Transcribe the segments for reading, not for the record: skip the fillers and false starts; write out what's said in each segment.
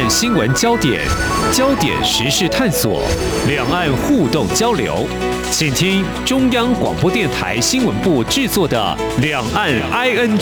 岸新闻焦点、焦点时事探索、两岸互动交流，请听中央广播电台新闻部制作的《两岸 ING》。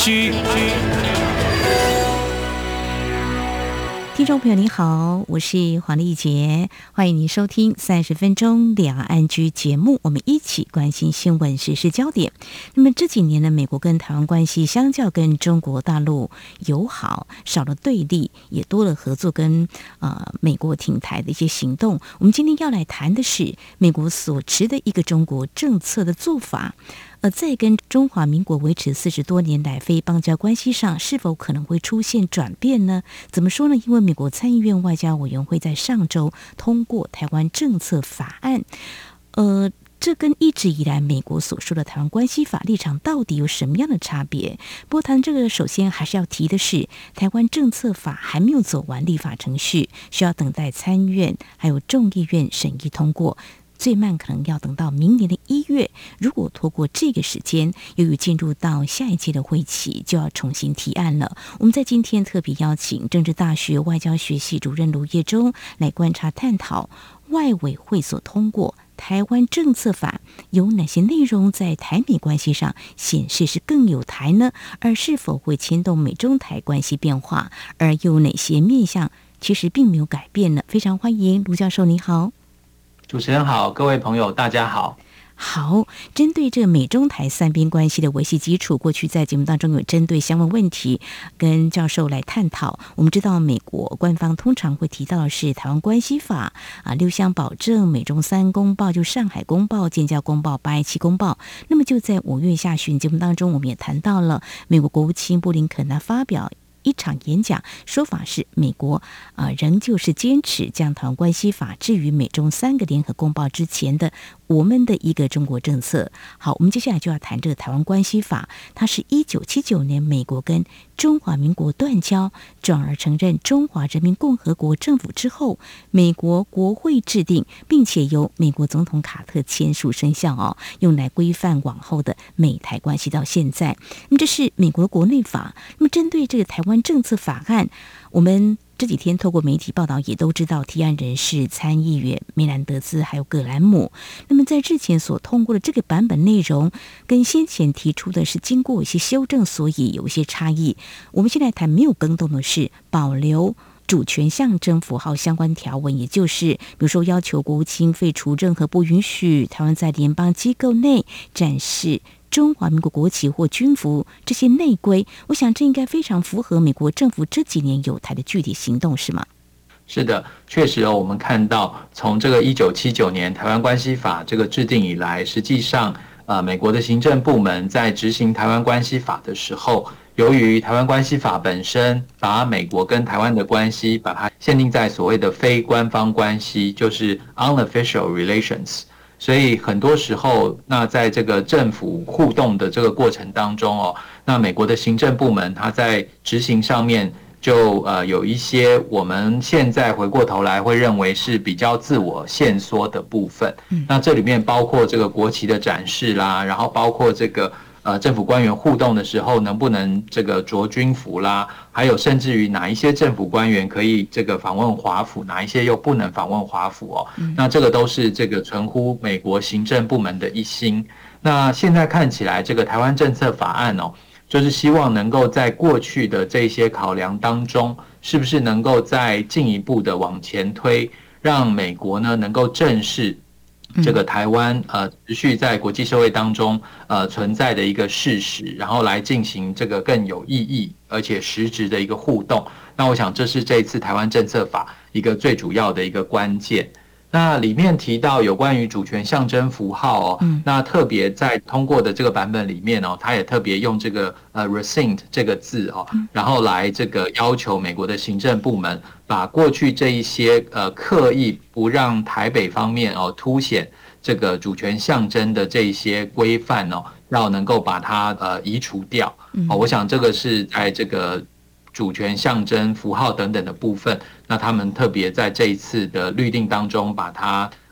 听众朋友你好，我是黄丽杰，欢迎您收听30分钟两岸居节目，我们一起关心新闻时事焦点。那么这几年呢，美国跟台湾关系相较跟中国大陆友好，少了对立，也多了合作跟美国挺台的一些行动。我们今天要来谈的是美国所持的一个中国政策的做法。在跟中华民国维持40多年来非邦交关系上，是否可能会出现转变呢？怎么说呢？因为美国参议院外交委员会在上周通过台湾政策法案，这跟一直以来美国所说的台湾关系法立场到底有什么样的差别？不过谈这个，首先还是要提的是，台湾政策法还没有走完立法程序，需要等待参院还有众议院审议通过。最慢可能要等到明年的1月，如果拖过这个时间，由于进入到下一届的会期，就要重新提案了。我们在今天特别邀请政治大学外交学系主任卢业忠来观察探讨外委会所通过台湾政策法有哪些内容在台美关系上显示是更有台呢？而是否会牵动美中台关系变化？而又有哪些面向其实并没有改变呢？非常欢迎卢教授，你好。 主持人好，各位朋友大家好。 好，针对这个美中台三边关系的维系基础，过去在节目当中有针对相关问题跟教授来探讨。我们知道美国官方通常会提到的是台湾关系法6项保证、美中3公报，就上海公报、建交公报、817公报。那么就在5月下旬节目当中，我们也谈到了美国国务卿布林肯发表一场演讲，说法是美国仍旧是坚持将台湾关系法置于美中3个联合公报之前的我们的一个中国政策。好，我们接下来就要谈这个台湾关系法，它是1979年美国跟中华民国断交，转而承认中华人民共和国政府之后，美国国会制定，并且由美国总统卡特签署生效用来规范往后的美台关系到现在。那么这是美国的国内法。那么针对这个台湾政策法案，我们这几天透过媒体报道也都知道，提案人是参议员梅兰德兹还有葛兰姆。那么在日前所通过的这个版本内容，跟先前提出的是经过一些修正，所以有一些差异。我们现在谈没有更动的是保留主权象征符号相关条文，也就是比如说要求国务卿废除任何不允许台湾在联邦机构内展示中华民国国旗或军服这些内规。我想这应该非常符合美国政府这几年有台的具体行动，是吗？ 是的，确实我们看到从这个1979年台湾关系法这个制定以来，实际上美国的行政部门在执行台湾关系法的时候，由于台湾关系法本身把美国跟台湾的关系把它限定在所谓的非官方关系，就是 unofficial relations，所以很多时候，那在这个政府互动的这个过程当中那美国的行政部门它在执行上面就有一些我们现在回过头来会认为是比较自我限缩的部分。那这里面包括这个国旗的展示啦，然后包括这个政府官员互动的时候能不能这个着军服啦，还有甚至于哪一些政府官员可以这个访问华府，哪一些又不能访问华府那这个都是这个存乎美国行政部门的一心。那现在看起来这个台湾政策法案就是希望能够在过去的这些考量当中，是不是能够再进一步的往前推，让美国呢能够正视这个台湾持续在国际社会当中存在的一个事实，然后来进行这个更有意义而且实质的一个互动。那我想这是这一次台湾政策法一个最主要的一个关键。那里面提到有关于主权象征符号那特别在通过的这个版本里面它也特别用这个rescind 这个字然后来这个要求美国的行政部门把过去这一些刻意不让台北方面凸显这个主权象征的这一些规范要能够把它移除掉我想这个是在这个主权象征符号等等的部分，那他们特别在这一次的律定当中把它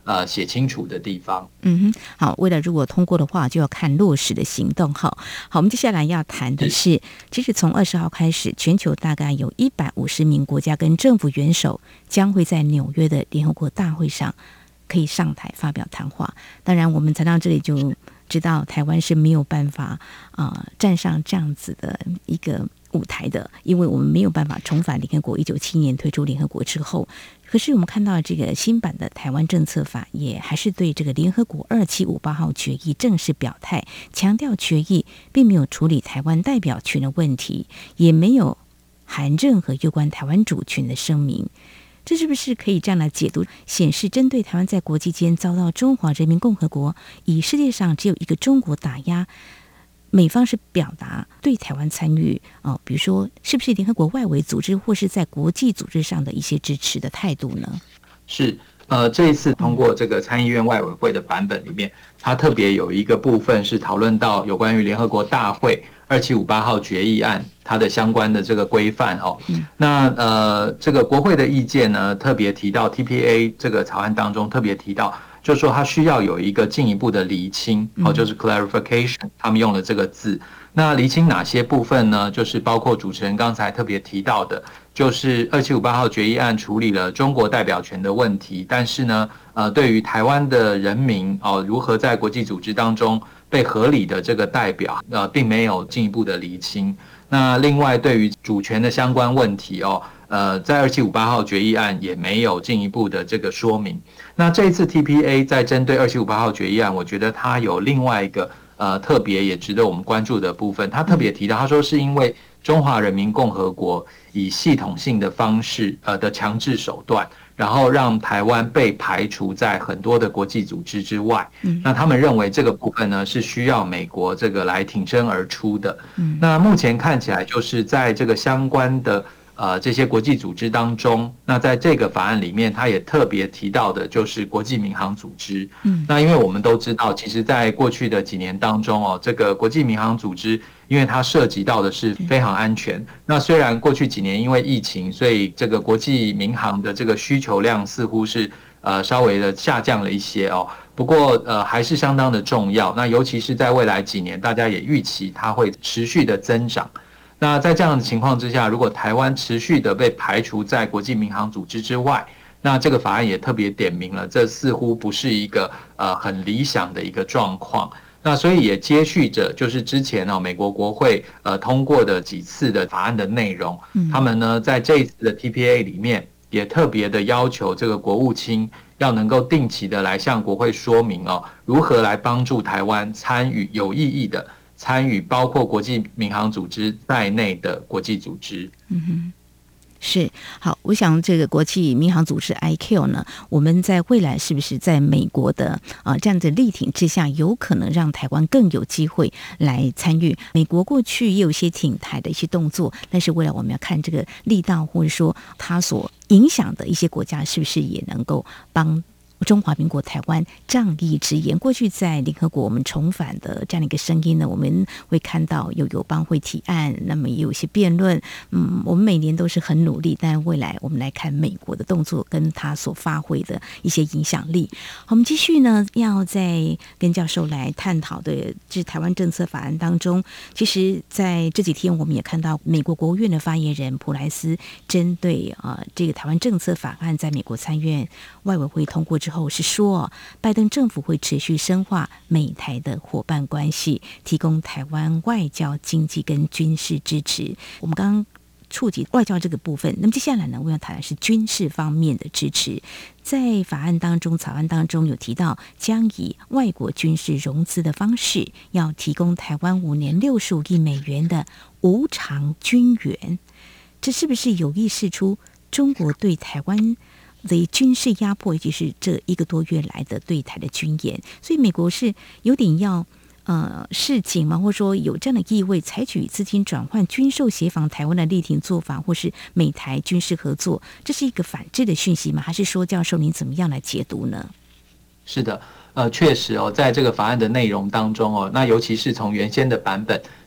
写清楚的地方。 好，为了如果通过的话，就要看落实的行动。好，我们接下来要谈的是，其实从20号开始，全球大概有150名国家跟政府元首将会在纽约的联合国大会上可以上台发表谈话。当然，我们谈到这里就知道台湾是没有办法站上这样子的一个舞台的，因为我们没有办法重返联合国。1971年退出联合国之后，可是我们看到这个新版的台湾政策法也还是对这个联合国2758号决议正式表态，强调决议并没有处理台湾代表权的问题，也没有含任何有关台湾主权的声明。这是不是可以这样来解读，显示针对台湾在国际间遭到中华人民共和国以世界上只有一个中国打压，美方是表达对台湾参与比如说是不是联合国外围组织或是在国际组织上的一些支持的态度呢？ 是这一次通过这个参议院外委会的版本里面，它特别有一个部分是讨论到有关于联合国大会2758号决议案它的相关的这个规范那这个国会的意见呢，特别提到 TPA 这个草案当中特别提到，就是说它需要有一个进一步的厘清就是 clarification， 他们用了这个字。那厘清哪些部分呢？就是包括主持人刚才特别提到的，就是2758号决议案处理了中国代表权的问题，但是呢对于台湾的人民如何在国际组织当中被合理的这个代表并没有进一步的厘清。那另外对于主权的相关问题在2758号决议案也没有进一步的这个说明。那这一次 TPA 在针对2758号决议案，我觉得它有另外一个特别也值得我们关注的部分。他特别提到，他说是因为中华人民共和国以系统性的方式的强制手段，然后让台湾被排除在很多的国际组织之外。那他们认为这个部分呢是需要美国这个来挺身而出的。那目前看起来就是在这个相关的这些国际组织当中，那在这个法案里面，他也特别提到的就是国际民航组织。那因为我们都知道，其实在过去的几年当中这个国际民航组织，因为它涉及到的是非常安全。那虽然过去几年因为疫情，所以这个国际民航的这个需求量似乎是稍微的下降了一些不过还是相当的重要。那尤其是在未来几年，大家也预期它会持续的增长。那在这样的情况之下，如果台湾持续的被排除在国际民航组织之外，那这个法案也特别点明了，这似乎不是一个很理想的一个状况。那所以也接续着就是之前美国国会通过的几次的法案的内容，他们呢在这一次的 TPA 里面也特别的要求这个国务卿要能够定期的来向国会说明如何来帮助台湾参与有意义的参与包括国际民航组织在内的国际组织。 是，好，我想这个国际民航组织 ICAO 呢，我们在未来是不是在美国的这样的力挺之下，有可能让台湾更有机会来参与？美国过去也有一些挺台的一些动作，但是未来我们要看这个力道，或者说它所影响的一些国家是不是也能够帮中华民国台湾仗义直言。过去在联合国我们重返的这样的一个声音呢，我们会看到有友邦会提案，那么也有一些辩论。我们每年都是很努力，但未来我们来看美国的动作跟他所发挥的一些影响力。好，我们继续呢，要再跟教授来探讨的是台湾政策法案当中，其实在这几天我们也看到美国国务院的发言人普莱斯针对这个台湾政策法案在美国参院外委会通过之后是说，拜登政府会持续深化美台的伙伴关系，提供台湾外交、经济跟军事支持。我们刚刚触及外交这个部分，那么接下来呢，我要谈的是军事方面的支持。在法案当中、草案当中有提到，将以外国军事融资的方式，要提供台湾5年65亿美元的无偿军援。这是不是有意示出中国对台湾的军事压迫，以及是这1个多月来的对台的军演？所以美国是有点要示警吗？或者说有这样的意味，采取资金转换、军售协防台湾的力挺做法，或是美台军事合作，这是一个反制的讯息吗？还是说，教授您怎么样来解读呢？ 是的，确实在这个法案的内容当中那尤其是从原先的版本，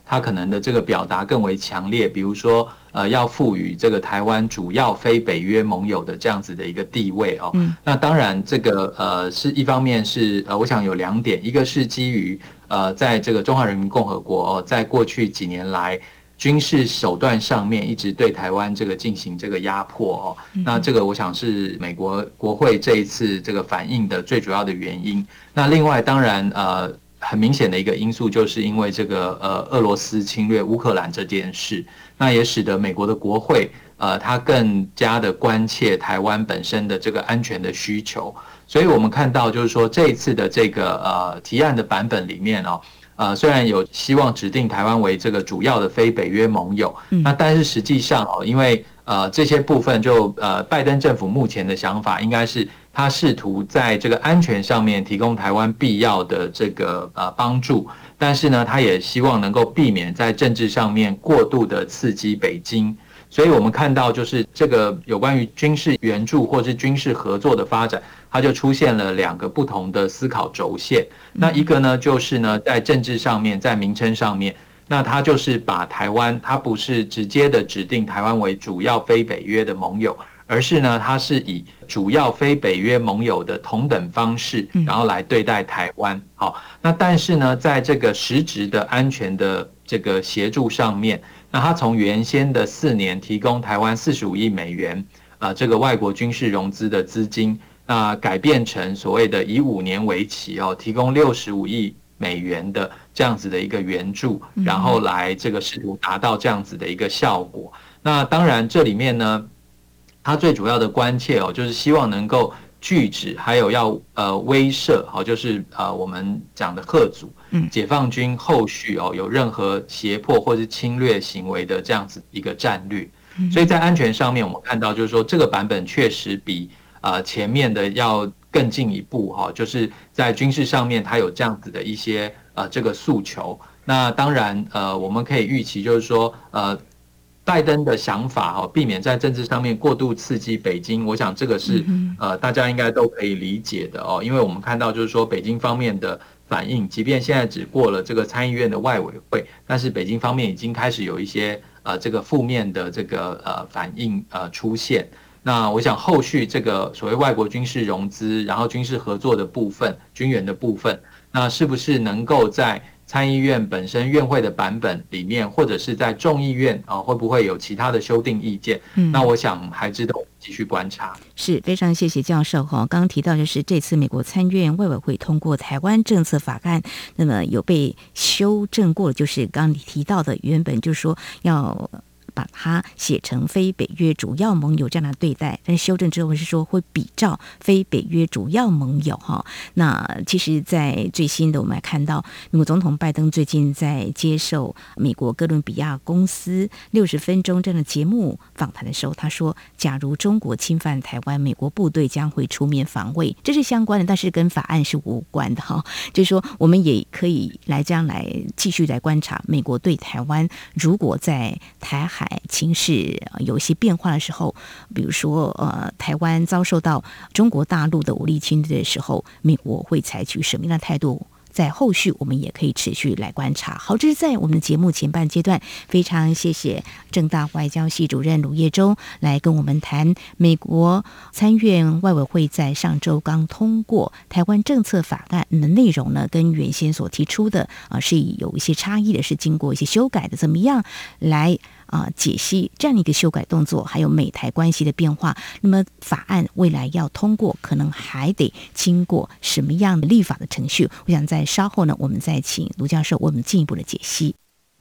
它可能的这个表达更为强烈，比如说要赋予这个台湾主要非北约盟友的这样子的一个地位哦。那当然这个是一方面是我想有2点，一个是基于在这个中华人民共和国在过去几年来军事手段上面一直对台湾这个进行这个压迫那这个我想是美国国会这一次这个反应的最主要的原因。那另外当然很明显的一个因素，就是因为这个俄罗斯侵略乌克兰这件事，那也使得美国的国会它更加的关切台湾本身的这个安全的需求。所以我们看到就是说这一次的这个提案的版本里面虽然有希望指定台湾为这个主要的非北约盟友，那但是实际上因为这些部分就拜登政府目前的想法应该是他试图在这个安全上面提供台湾必要的这个帮助，但是呢他也希望能够避免在政治上面过度的刺激北京。所以我们看到就是这个有关于军事援助或是军事合作的发展，它就出现了2个不同的思考轴线。那一个呢就是呢在政治上面，在名称上面，那它就是把台湾，它不是直接的指定台湾为主要非北约的盟友，而是呢它是以主要非北约盟友的同等方式然后来对待台湾。好，那但是呢在这个实质的安全的这个协助上面，那它从原先的4年提供台湾45亿美元这个外国军事融资的资金，那改变成所谓的以5年为期提供65亿美元的这样子的一个援助，然后来这个试图达到这样子的一个效果。那当然这里面呢它最主要的关切就是希望能够拒止还有要威慑就是我们讲的嚇阻解放军后续有任何胁迫或是侵略行为的这样子一个战略。所以在安全上面我们看到就是说这个版本确实比前面的要更进一步就是在军事上面它有这样子的一些这个诉求。那当然我们可以预期就是说拜登的想法避免在政治上面过度刺激北京，我想这个是大家应该都可以理解的因为我们看到就是说北京方面的反应，即便现在只过了这个参议院的外委会，但是北京方面已经开始有一些这个负面的这个反应出现。那我想后续这个所谓外国军事融资，然后军事合作的部分，军援的部分，那是不是能够在参议院本身院会的版本里面，或者是在众议院会不会有其他的修订意见？那我想还值得我们继续观察。 是，非常谢谢教授刚刚提到就是这次美国参院外委会通过台湾政策法案，那么有被修正过，就是刚刚你提到的原本就是说要把它写成非北约主要盟友这样的对待，但是修正之后是说会比照非北约主要盟友那其实在最新的我们来看到美国总统拜登最近在接受美国哥伦比亚公司60分钟这样的节目访谈的时候，他说假如中国侵犯台湾，美国部队将会出面防卫，这是相关的，但是跟法案是无关的就是说我们也可以来这样来继续来观察美国对台湾如果在台海情势有一些变化的时候，比如说台湾遭受到中国大陆的武力侵略的时候，美国会采取什么样的态度，在后续我们也可以持续来观察。好，这是在我们的节目前半阶段，非常谢谢政大外交系主任卢业忠来跟我们谈美国参院外委会在上周刚通过台湾政策法案的内容呢，跟原先所提出的是有一些差异的，是经过一些修改的，怎么样来解析这样的一个修改动作，还有美台关系的变化。那么法案未来要通过，可能还得经过什么样的立法的程序？我想在稍后呢，我们再请卢教授为我们进一步的解析。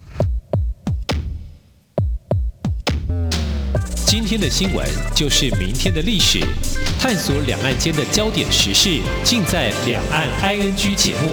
今天的新闻就是明天的历史，探索两岸间的焦点时事，尽在《两岸 ING》节目。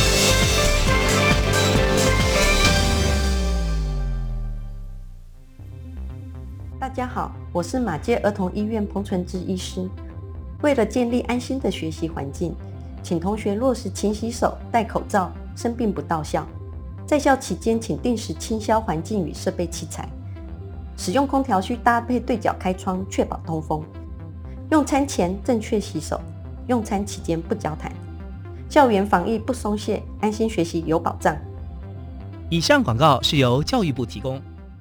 大家好，我是马偕儿童医院彭纯芝医师。为了建立安心的学习环境，请同学落实勤洗手、戴口罩，生病不到校。在校期间，请定时清消环境与设备器材。使用空调需搭配对角开窗，确保通风。用餐前正确洗手，用餐期间不交谈。校园防疫不松懈，安心学习有保障。 以上广告是由教育部提供。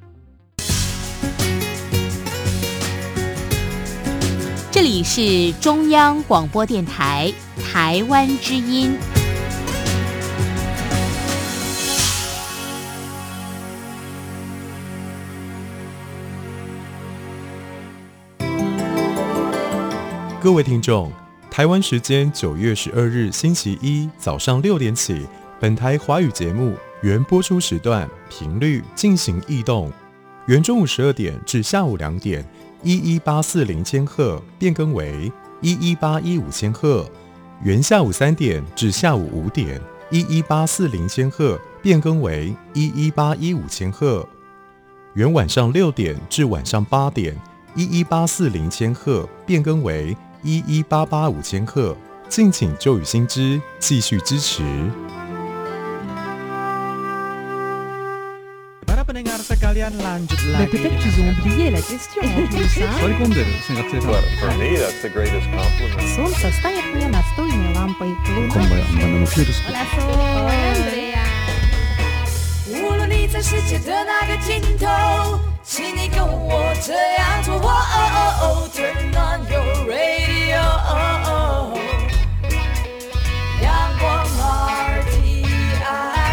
这里是中央广播电台台湾之音。 各位听众，台湾时间9月12日星期一早上6点起，本台华语节目原播出时段频率进行异动，原中午12点至下午2点11840千赫变更为11815千赫，原下午3点至下午5点11840千赫变更为11815千赫，原晚上6点至晚上8点11840千赫变更为11885千赫，敬请旧语新知继续支持。 Para pendengar sekalian, lanjut lagi. Peut-être qu'ils ont oublié la question en plus. For me, that's the greatest compliment. Солнце станет мне настольной лампой. Луна. Hola, Andrea. 无论你在世界的哪个尽头，请你跟我这样做。Turn on your radio. 阳光 RTI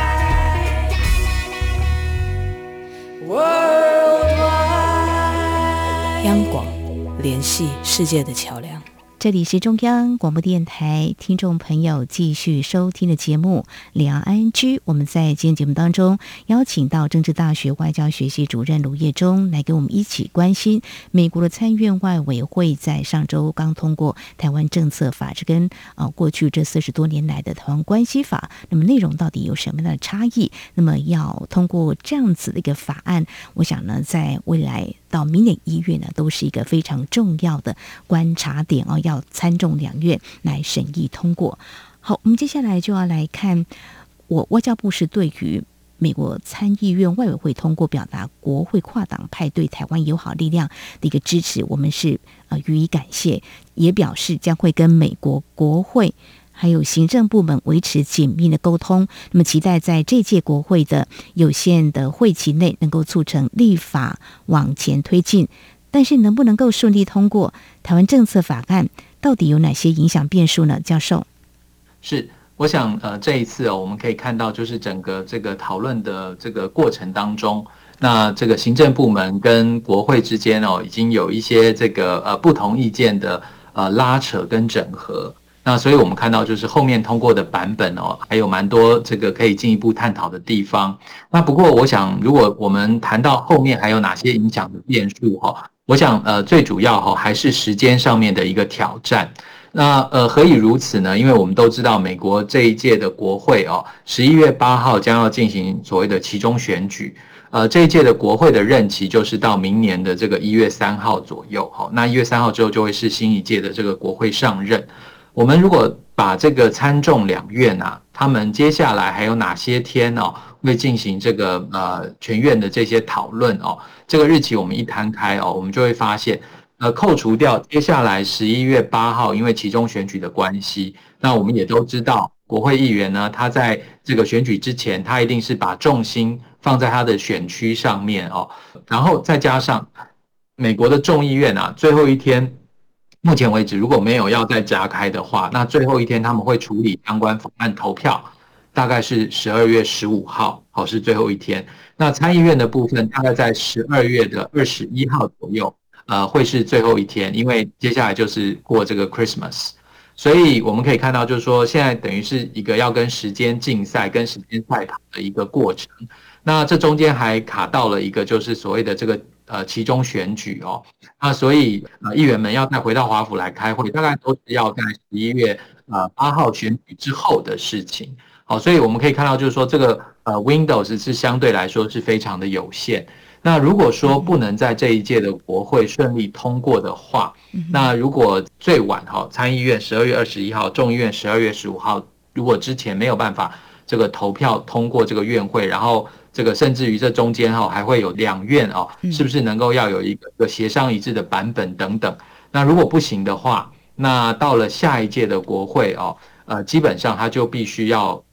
Worldwide。 央广联系世界的桥梁。 这里是中央广播电台，听众朋友继续收听的节目两岸ING。我们在今天节目当中邀请到政治大学外交学系主任卢业中来跟我们一起关心美国的参议院外委会在上周刚通过台湾政策法，这跟过去这40多年来的台湾关系法，那么内容到底有什么样的差异？那么要通过这样子的一个法案，我想呢，在未来到明年1月呢，都是一个非常重要的观察点要参众两院来审议通过。好，我们接下来就要来看，外交部是对于美国参议院外委会通过表达国会跨党派对台湾友好力量的一个支持，我们是予以感谢，也表示将会跟美国国会还有行政部门维持紧密的沟通，那么期待在这届国会的有限的会期内能够促成立法往前推进。但是能不能够顺利通过台湾政策法案，到底有哪些影响变数呢？教授。 是，我想这一次我们可以看到，就是整个这个讨论的这个过程当中，那这个行政部门跟国会之间已经有一些这个不同意见的拉扯跟整合。那所以我们看到就是后面通过的版本还有蛮多这个可以进一步探讨的地方。那不过我想如果我们谈到后面还有哪些影响的变数我想最主要还是时间上面的一个挑战。那何以如此呢？因为我们都知道美国这一届的国会11月8号将要进行所谓的期中选举。这一届的国会的任期就是到明年的这个1月3号左右那1月3号之后就会是新一届的这个国会上任。我们如果把这个参众两院他们接下来还有哪些天会进行这个全院的这些讨论这个日期我们一摊开我们就会发现扣除掉接下来11月8号因为期中选举的关系，那我们也都知道国会议员呢，他在这个选举之前他一定是把重心放在他的选区上面然后再加上美国的众议院最后一天目前为止如果没有要再加开的话，那最后一天他们会处理相关法案投票，大概是12月15号是最后一天。那参议院的部分大概在12月的21号左右会是最后一天，因为接下来就是过这个 Christmas。 所以我们可以看到就是说现在等于是一个要跟时间竞赛跟时间赛跑的一个过程。那这中间还卡到了一个就是所谓的这个期中选举那所以议员们要再回到华府来开会，大概都是要在11月8号选举之后的事情。所以我们可以看到就是说这个Windows 是相对来说是非常的有限。那如果说不能在这一届的国会顺利通过的话，那如果最晚参议院12月21号，众议院12月15号，如果之前没有办法这个投票通过这个院会，然后这个甚至于这中间还会有两院是不是能够要有一个协商一致的版本等等。那如果不行的话，那到了下一届的国会基本上他就必须要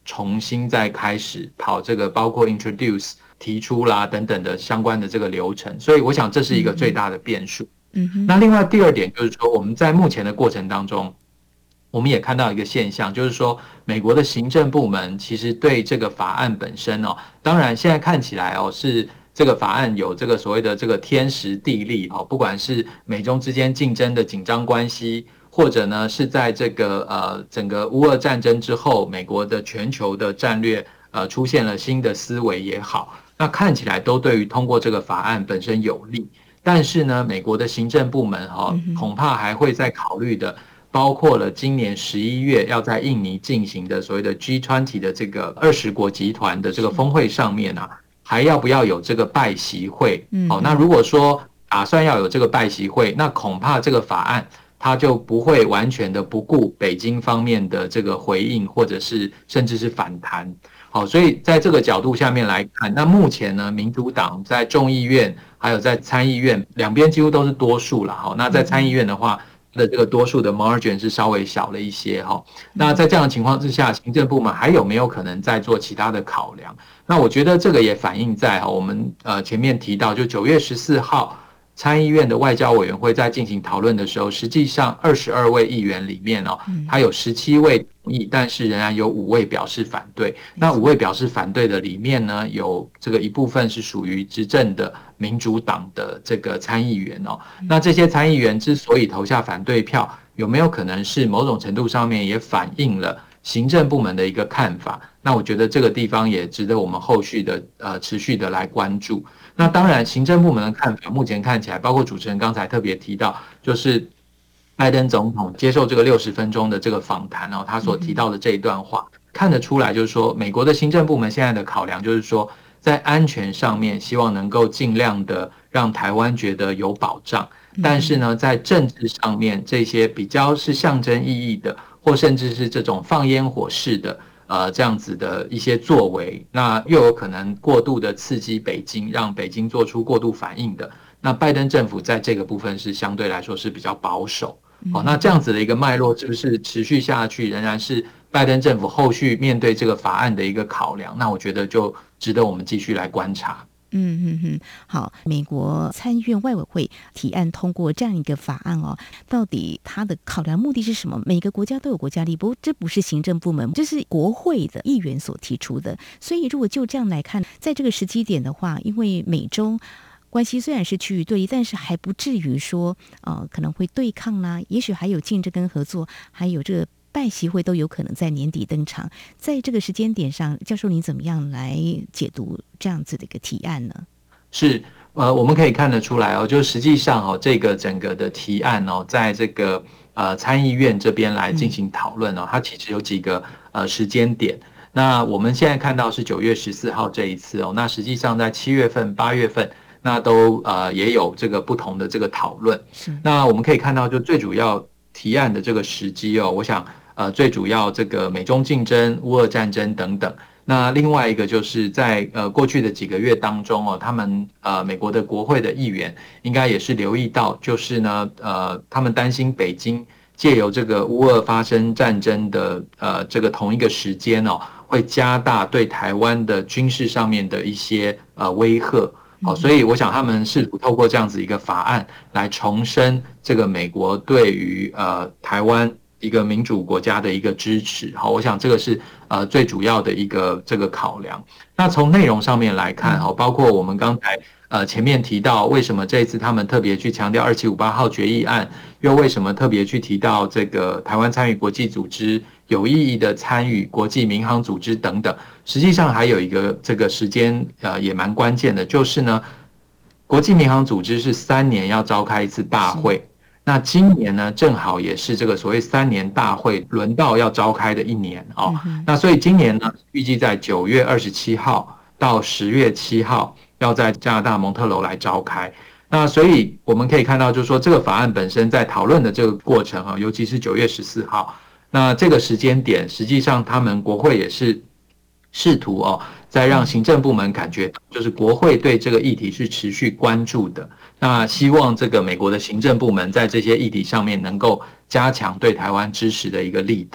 重新再开始跑这个包括 introduce 提出啦等等的相关的这个流程，所以我想这是一个最大的变数。那另外第二点就是说，我们在目前的过程当中，我们也看到一个现象，就是说美国的行政部门其实对这个法案本身当然现在看起来是这个法案有这个所谓的这个天时地利不管是美中之间竞争的紧张关系，或者呢是在这个整个乌俄战争之后，美国的全球的战略出现了新的思维也好，那看起来都对于通过这个法案本身有利。但是呢，美国的行政部门恐怕还会再考虑的，包括了今年11月要在印尼进行的所谓的 G20 的这个20国集团的这个峰会上面还要不要有这个拜习会？那如果说打算要有这个拜习会，那恐怕这个法案它就不会完全的不顾北京方面的这个回应，或者是甚至是反弹。所以在这个角度下面来看，那目前呢，民主党在众议院还有在参议院两边几乎都是多数了。那在参议院的话，的这个多数的 margin 是稍微小了一些。那在这样的情况之下，行政部门还有没有可能再做其他的考量？那我觉得这个也反映在我们前面提到，就9月14号参议院的外交委员会在进行讨论的时候，实际上22位议员里面他有17位同意，但是仍然有5位表示反对。那5位表示反对的里面呢，有这个一部分是属于执政的民主党的这个参议员那这些参议员之所以投下反对票，有没有可能是某种程度上面也反映了行政部门的一个看法？那我觉得这个地方也值得我们后续的持续的来关注。那当然行政部门的看法目前看起来，包括主持人刚才特别提到，就是拜登总统接受这个60分钟的这个访谈他所提到的这一段话，看得出来就是说美国的行政部门现在的考量就是说，在安全上面希望能够尽量的让台湾觉得有保障，但是呢在政治上面这些比较是象征意义的，或甚至是这种放烟火式的这样子的一些作为，那又有可能过度的刺激北京，让北京做出过度反应的，那拜登政府在这个部分是相对来说是比较保守。那这样子的一个脉络是不是持续下去，仍然是拜登政府后续面对这个法案的一个考量？那我觉得就值得我们继续来观察。 好，美国参议院外委会提案通过这样一个法案到底它的考量目的是什么？每个国家都有国家利益，不过这不是行政部门，这是国会的议员所提出的。所以如果就这样来看，在这个时机点的话，因为美中关系虽然是趋于对立，但是还不至于说可能会对抗啦，也许还有竞争跟合作，还有这个拜习会都有可能在年底登场。在这个时间点上，教授你怎么样来解读这样子的一个提案呢？ 是我们可以看得出来就实际上这个整个的提案在这个参议院这边来进行讨论它其实有几个时间点。那我们现在看到是9月14号这一次那实际上在7月份、8月份那都也有这个不同的这个讨论。那我们可以看到，就最主要提案的这个时机我想最主要这个美中竞争、乌俄战争等等。那另外一个就是在过去的几个月当中他们美国的国会的议员应该也是留意到，就是呢他们担心北京借由这个乌俄发生战争的这个同一个时间会加大对台湾的军事上面的一些威吓。所以我想他们试图透过这样子一个法案来重申这个美国对于台湾一个民主国家的一个支持。我想这个是最主要的一个这个考量。那从内容上面来看包括我们刚才前面提到为什么这一次他们特别去强调2758号决议案，又为什么特别去提到这个台湾参与国际组织，有意义的参与国际民航组织等等。实际上还有一个这个时间也蛮关键的，就是呢国际民航组织是3年要召开一次大会，那今年呢正好也是这个所谓3年大会轮到要召开的一年那所以今年呢预计在9月27号到10月7号要在加拿大蒙特娄来召开。那所以我们可以看到，就是说这个法案本身在讨论的这个过程尤其是9月14号，那这个时间点实际上他们国会也是试图再让行政部门感觉就是国会对这个议题是持续关注的，那希望这个美国的行政部门在这些议题上面能够加强对台湾支持的一个力道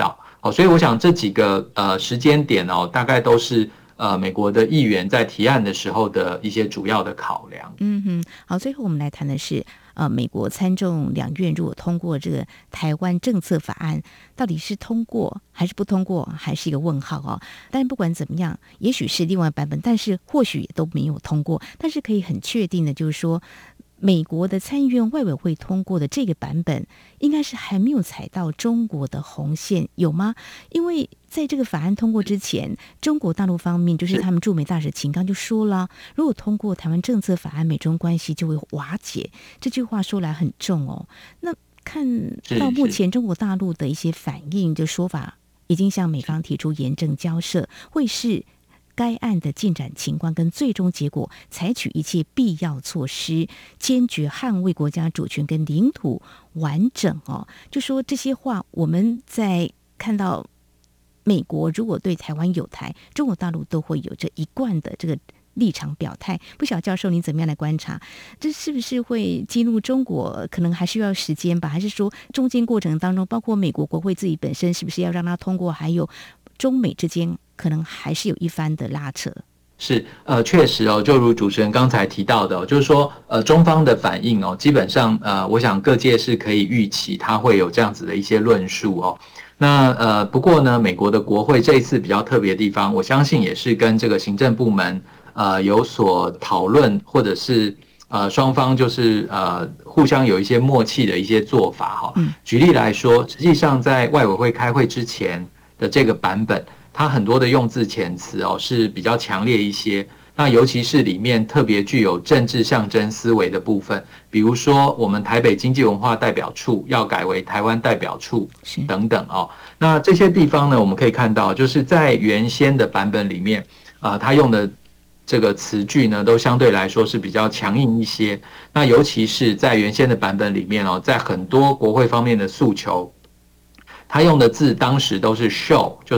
所以我想这几个时间点大概都是美国的议员在提案的时候的一些主要的考量。 好，最后我们来谈的是美国参众两院如果通过这个台湾政策法案，到底是通过还是不通过，还是一个问号但不管怎么样，也许是另外版本，但是或许也都没有通过。但是可以很确定的就是说，美国的参议院外委会通过的这个版本，应该是还没有踩到中国的红线，有吗？因为在这个法案通过之前，中国大陆方面就是他们驻美大使秦刚就说了，如果通过台湾政策法案，美中关系就会瓦解。这句话说来很重那看到目前中国大陆的一些反应的说法，已经向美方提出严正交涉，会是该案的进展情况跟最终结果，采取一切必要措施，坚决捍卫国家主权跟领土完整就说这些话，我们在看到美国如果对台湾有台，中国大陆都会有这一贯的这个立场表态。不晓得教授您怎么样来观察，这是不是会激怒中国，可能还需要时间吧？还是说中间过程当中，包括美国国会自己本身是不是要让它通过，还有中美之间可能还是有一番的拉扯？ 是确实就如主持人刚才提到的就是说中方的反应基本上我想各界是可以预期它会有这样子的一些论述那不过呢，美国的国会这一次比较特别的地方，我相信也是跟这个行政部门有所讨论，或者是双方就是互相有一些默契的一些做法举例来说，实际上在外委会开会之前的这个版本，它很多的用字遣词是比较强烈一些。那尤其是里面特别具有政治象征思维的部分，比如说我们台北经济文化代表处要改为台湾代表处等等那这些地方呢，我们可以看到就是在原先的版本里面它用的这个词句呢都相对来说是比较强硬一些。那尤其是在原先的版本里面在很多国会方面的诉求，它用的字当时都是 shall， 就是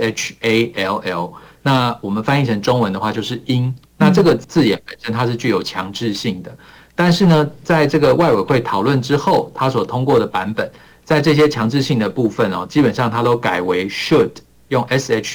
shall， 那我们翻译成中文的话就是应。那这个字眼本身它是具有强制性的，但是呢在这个外委会讨论之后，它所通过的版本，在这些强制性的部分基本上它都改为 should， 用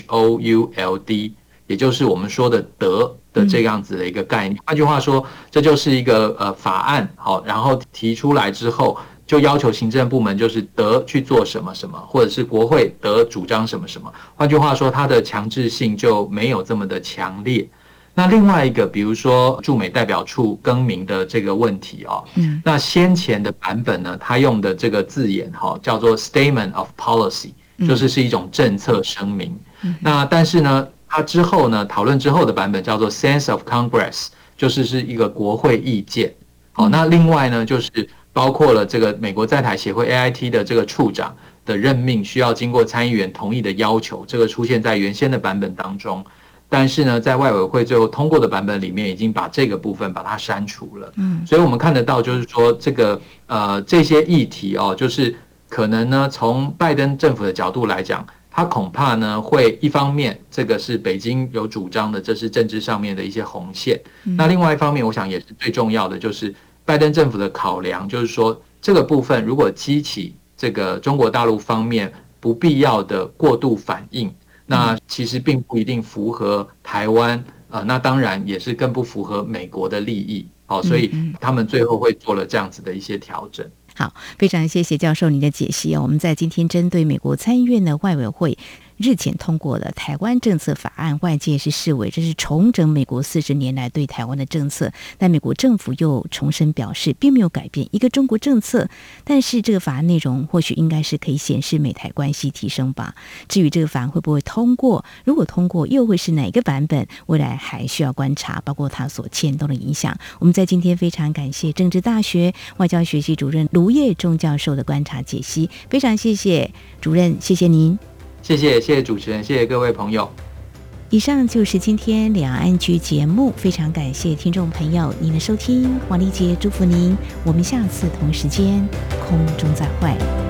should， 也就是我们说的得的这样子的一个概念。换句话说，这就是一个法案然后提出来之后，就要求行政部门就是得去做什么什么，或者是国会得主张什么什么。换句话说，它的强制性就没有这么的强烈。那另外一个，比如说驻美代表处更名的这个问题那先前的版本呢，它用的这个字眼叫做 Statement of Policy， 就是一种政策声明。那但是呢，它之后呢，讨论之后的版本叫做 Sense of Congress， 就是一个国会意见。那另外呢，就是包括了这个美国在台协会 AIT 的这个处长的任命需要经过参议员同意的要求，这个出现在原先的版本当中，但是呢，在外委会最后通过的版本里面，已经把这个部分把它删除了。所以我们看得到，就是说这个这些议题就是可能呢，从拜登政府的角度来讲，他恐怕呢会一方面这个是北京有主张的，这是政治上面的一些红线。那另外一方面，我想也是最重要的，就是拜登政府的考量，就是说这个部分如果激起这个中国大陆方面不必要的过度反应，那其实并不一定符合台湾那当然也是更不符合美国的利益所以他们最后会做了这样子的一些调整。 好，非常谢谢教授您的解析我们在今天针对美国参议院的外委会日前通过了台湾政策法案，外界是视为这是重整美国40年来对台湾的政策，但美国政府又重申表示并没有改变一个中国政策，但是这个法案内容或许应该是可以显示美台关系提升吧。至于这个法案会不会通过，如果通过又会是哪个版本，未来还需要观察，包括它所牵动的影响。我们在今天非常感谢政治大学外交学系主任卢业中教授的观察解析，非常谢谢主任，谢谢您。 谢谢主持人，谢谢各位朋友。 以上就是今天两岸局节目，非常感谢听众朋友您的收听，黄丽杰祝福您，我们下次同时间空中再会。